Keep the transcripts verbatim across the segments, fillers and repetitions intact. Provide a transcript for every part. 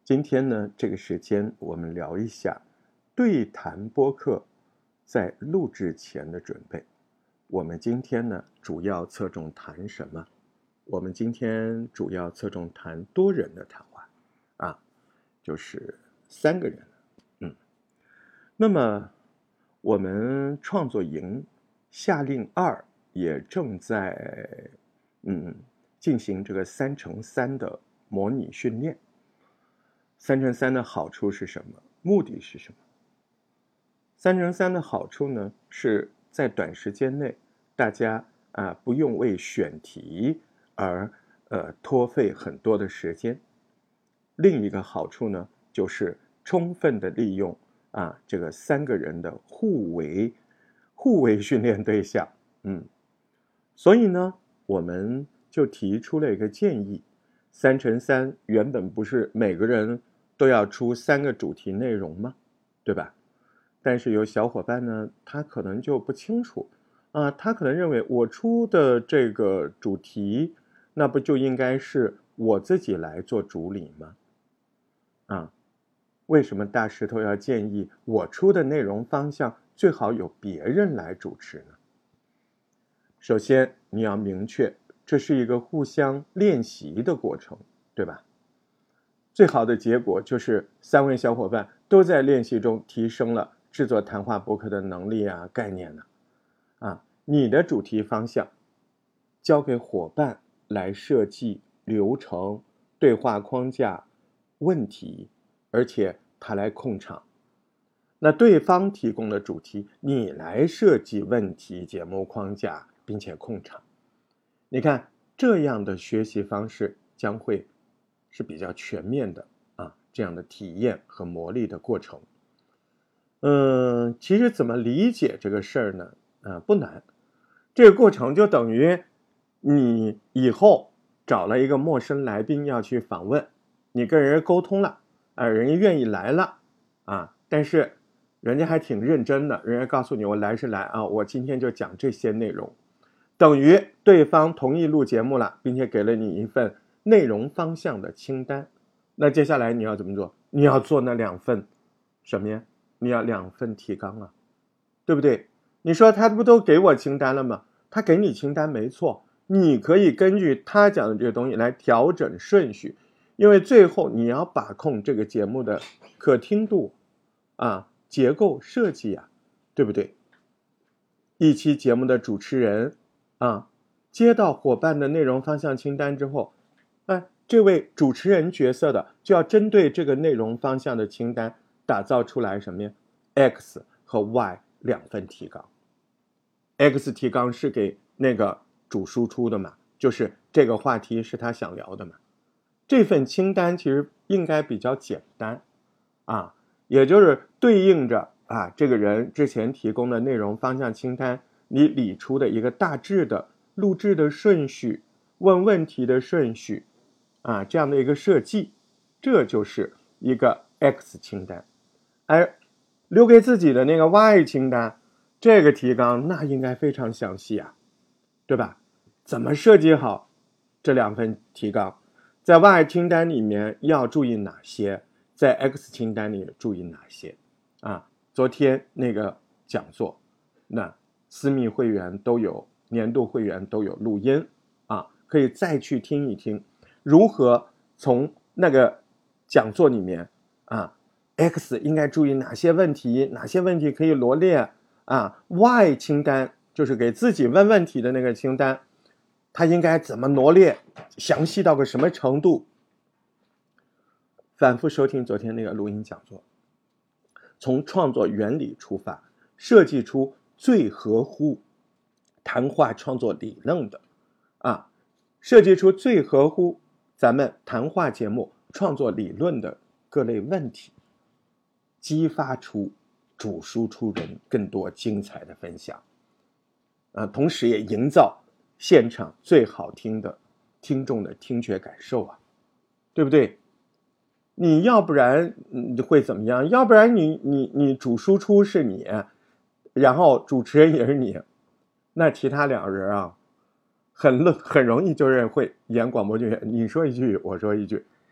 今天呢，这个时间我们聊一下对谈播客在录制前的准备。我们今天呢，主要侧重谈什么？我们今天主要侧重谈多人的谈话，啊，就是三个人。嗯，那么我们创作营夏令二也正在嗯进行这个三乘三的模拟训练。三乘三的好处是什么？目的是什么？三乘三的好处呢，是在短时间内，大家啊不用为选题而呃拖费很多的时间。另一个好处呢，就是充分的利用啊这个三个人的互为互为训练对象。嗯，所以呢，我们就提出了一个建议：三乘三原本不是每个人都要出三个主题内容吗？对吧？但是有小伙伴呢，他可能就不清楚啊，他可能认为我出的这个主题，那不就应该是我自己来做主理吗？啊，为什么大石头要建议我出的内容方向最好有别人来主持呢？首先，你要明确，这是一个互相练习的过程，对吧？最好的结果就是三位小伙伴都在练习中提升了制作谈话播客的能力啊、概念呢。啊，你的主题方向交给伙伴来设计流程、对话框架、问题，而且他来控场。那对方提供的主题，你来设计问题、节目框架，并且控场。你看，这样的学习方式将会是比较全面的啊，这样的体验和磨砺的过程。嗯，其实怎么理解这个事儿呢？啊，不难。这个过程就等于你以后找了一个陌生来宾要去访问，你跟人沟通了，啊，人家愿意来了，啊，但是人家还挺认真的，人家告诉你我来是来啊，我今天就讲这些内容，等于对方同意录节目了，并且给了你一份内容方向的清单。那接下来你要怎么做？你要做那两份什么呀？你要两份提纲啊，对不对？你说他不都给我清单了吗？他给你清单没错，你可以根据他讲的这个东西来调整顺序，因为最后你要把控这个节目的可听度啊、结构设计啊，对不对？一期节目的主持人啊，接到伙伴的内容方向清单之后，哎，这位主持人角色的就要针对这个内容方向的清单打造出来什么呀 ？X 和 Y 两份提纲。X 提纲是给那个主输出的嘛，就是这个话题是他想聊的嘛。这份清单其实应该比较简单啊，也就是对应着啊这个人之前提供的内容方向清单，你理出的一个大致的录制的顺序、问问题的顺序啊，这样的一个设计，这就是一个 X 清单。而留给自己的那个 Y 清单，这个提纲那应该非常详细啊，对吧？怎么设计好这两份提纲？在 Y 清单里面要注意哪些？在 X 清单里注意哪些？啊，昨天那个讲座，那私密会员都有，年度会员都有录音啊，可以再去听一听，如何从那个讲座里面啊 ，X 应该注意哪些问题？哪些问题可以罗列啊 ？Y 清单就是给自己问问题的那个清单，它应该怎么罗列？详细到个什么程度？反复收听昨天那个录音讲座，从创作原理出发，设计出最合乎谈话创作理论的啊，设计出最合乎咱们谈话节目创作理论的各类问题，激发出主输出人更多精彩的分享啊，同时也营造现场最好听的听众的听觉感受啊，对不对？你要不然会怎么样？要不然你你你主输出是你，然后主持人也是你，那其他两人啊，很很容易就认会演广播剧，你说一句我说一句，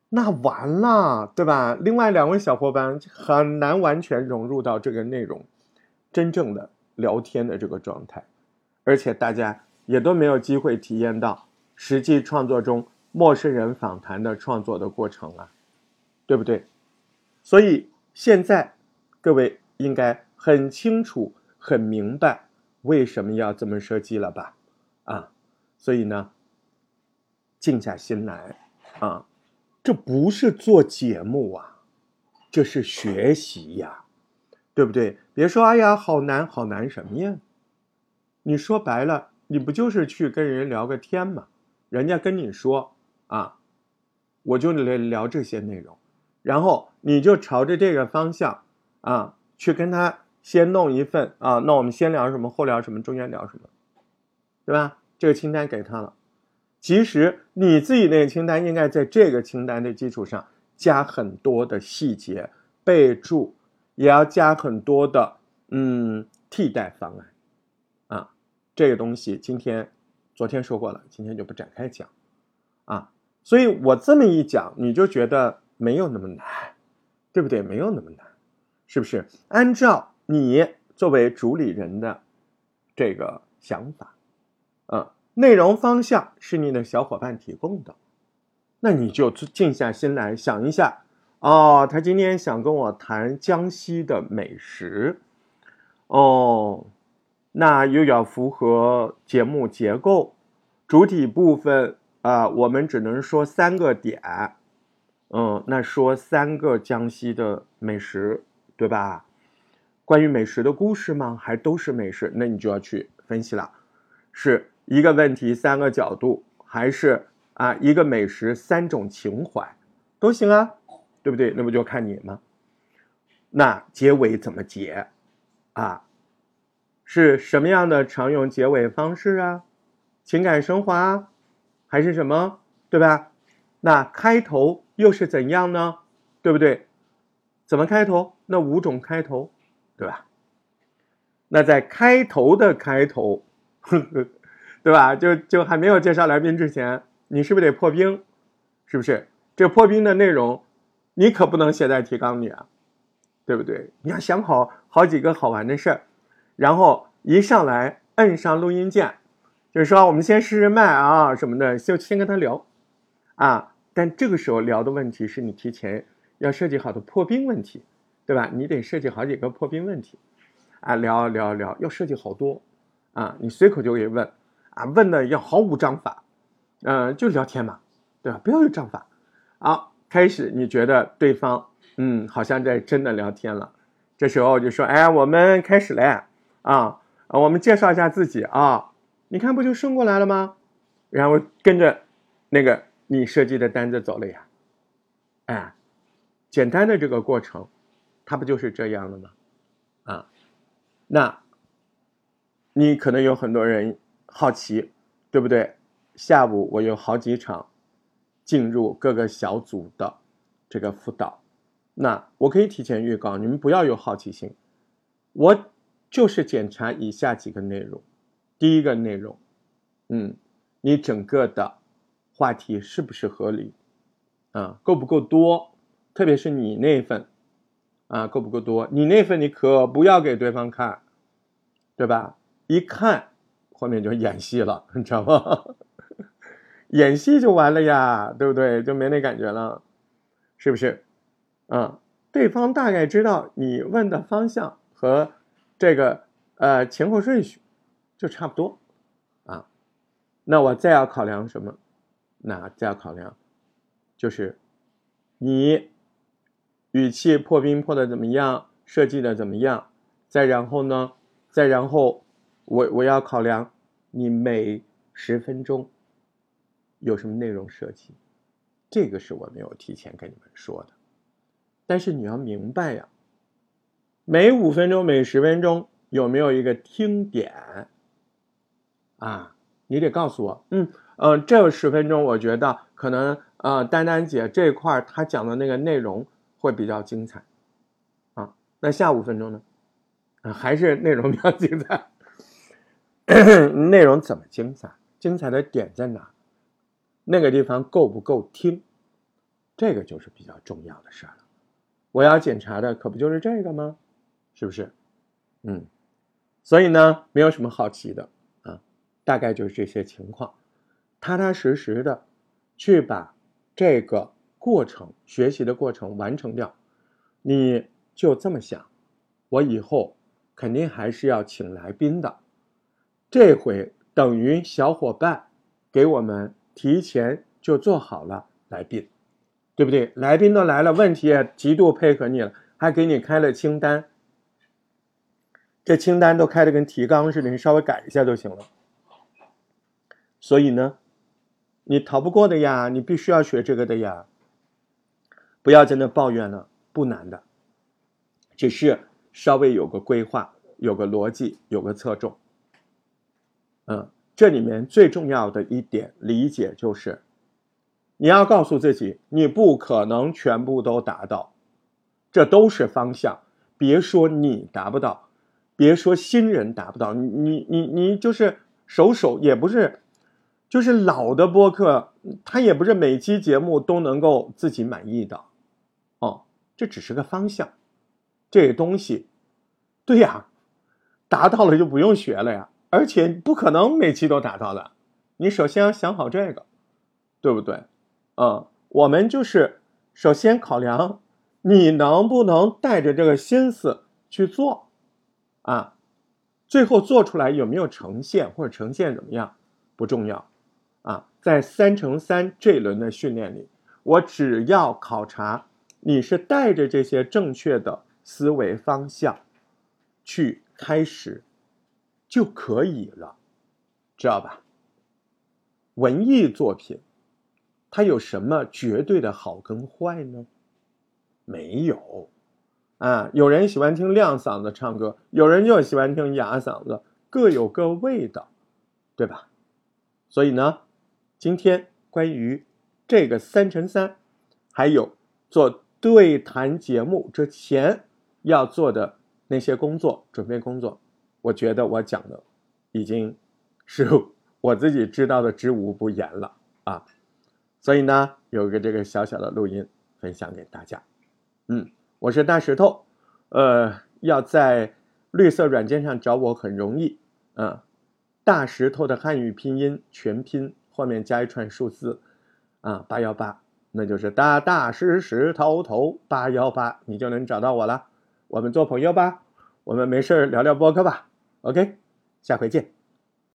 那完了，对吧？另外两位小伙伴很难完全融入到这个内容，真正的聊天的这个状态，而且大家也都没有机会体验到实际创作中陌生人访谈的创作的过程啊，对不对？所以现在各位应该很清楚、很明白为什么要这么设计了吧？啊，所以呢，静下心来啊。这不是做节目啊，这是学习呀，对不对？别说哎呀好难好难什么呀，你说白了，你不就是去跟人聊个天吗？人家跟你说啊，我就来聊这些内容，然后你就朝着这个方向啊去跟他先弄一份啊，那我们先聊什么，后聊什么，中间聊什么，对吧？这个清单给他了。其实你自己那个清单应该在这个清单的基础上加很多的细节备注，也要加很多的嗯替代方案啊。这个东西今天昨天说过了，今天就不展开讲啊。所以我这么一讲，你就觉得没有那么难，对不对？没有那么难，是不是？按照你作为主理人的这个想法，嗯。内容方向是你的小伙伴提供的，那你就静下心来想一下，哦，他今天想跟我谈江西的美食，哦，那又要符合节目结构，主体部分啊、呃，我们只能说三个点，嗯，那说三个江西的美食，对吧？关于美食的故事吗？还都是美食？那你就要去分析了，是一个问题三个角度，还是啊一个美食三种情怀，都行啊，对不对？那不就看你吗？那结尾怎么结啊？是什么样的常用结尾方式啊？情感升华还是什么？对吧？那开头又是怎样呢？对不对？怎么开头？那五种开头，对吧？那在开头的开头，呵呵，对吧？就就还没有介绍来宾之前，你是不是得破冰？是不是？这破冰的内容，你可不能写在提纲里啊，对不对？你要想好好几个好玩的事儿，然后一上来摁上录音键，就是说我们先试试麦啊什么的，就先跟他聊啊。但这个时候聊的问题是你提前要设计好的破冰问题，对吧？你得设计好几个破冰问题。啊，聊聊聊，要设计好多啊！你随口就给问啊，问的要毫无章法，嗯、呃，就聊天嘛，对吧？不要有章法。好，开始你觉得对方嗯，好像在真的聊天了，这时候就说，哎，我们开始嘞啊，我们介绍一下自己啊，你看不就顺过来了吗？然后跟着那个你设计的单子走了呀，哎，简单的这个过程，它不就是这样了吗？啊。那你可能有很多人好奇，对不对？下午我有好几场进入各个小组的这个辅导，那我可以提前预告，你们不要有好奇心，我就是检查以下几个内容。第一个内容，嗯，你整个的话题是不是合理啊？够不够多？特别是你那份啊，够不够多？你那份你可不要给对方看，对吧？一看后面就演戏了，你知道吗？演戏就完了呀，对不对？就没那感觉了，是不是？嗯，对方大概知道你问的方向和这个呃前后顺序，就差不多啊。那我再要考量什么？那再要考量就是你语气破冰破的怎么样，设计的怎么样，再然后呢，再然后我我要考量你每十分钟有什么内容设计，这个是我没有提前跟你们说的。但是你要明白呀，每五分钟每十分钟有没有一个听点啊？你得告诉我，嗯嗯、呃，这十分钟我觉得可能呃丹丹姐这块她讲的那个内容会比较精彩啊。那下五分钟呢？啊，还是内容比较精彩。内容怎么精彩？精彩的点在哪？那个地方够不够听？ 这个就是比较重要的事儿了。我要检查的可不就是这个吗？是不是？嗯，所以呢，没有什么好奇的啊，大概就是这些情况，踏踏实实的去把这个过程，学习的过程完成掉。你就这么想，我以后肯定还是要请来宾的，这回等于小伙伴给我们提前就做好了来宾，对不对？来宾都来了，问题也极度配合你了，还给你开了清单，这清单都开得跟提纲似的，你稍微改一下就行了。所以呢，你逃不过的呀，你必须要学这个的呀。不要真的抱怨了，不难的，只是稍微有个规划，有个逻辑，有个侧重。嗯，这里面最重要的一点理解就是，你要告诉自己，你不可能全部都达到，这都是方向。别说你达不到，别说新人达不到，你你你你就是手手也不是，就是老的播客，他也不是每期节目都能够自己满意的。哦，这只是个方向，这东西，对呀，达到了就不用学了呀，而且不可能每期都达到的。你首先要想好这个，对不对？嗯，我们就是首先考量你能不能带着这个心思去做啊，最后做出来有没有呈现或者呈现怎么样不重要啊。在三乘三这一轮的训练里，我只要考察你是带着这些正确的思维方向去开始就可以了，知道吧？文艺作品它有什么绝对的好跟坏呢？没有啊，有人喜欢听亮嗓子唱歌，有人就喜欢听哑嗓子，各有各味道，对吧？所以呢，今天关于这个三乘三，还有做对谈节目之前要做的那些工作，准备工作，我觉得我讲的已经是我自己知道的知无不言了啊。所以呢，有个这个小小的录音分享给大家。嗯，我是大石头，呃，要在绿色软件上找我很容易，嗯，大石头的汉语拼音全拼后面加一串数字，啊，八幺八，那就是大大石石头头八幺八，你就能找到我了。我们做朋友吧，我们没事聊聊播客吧。OK， 下回见。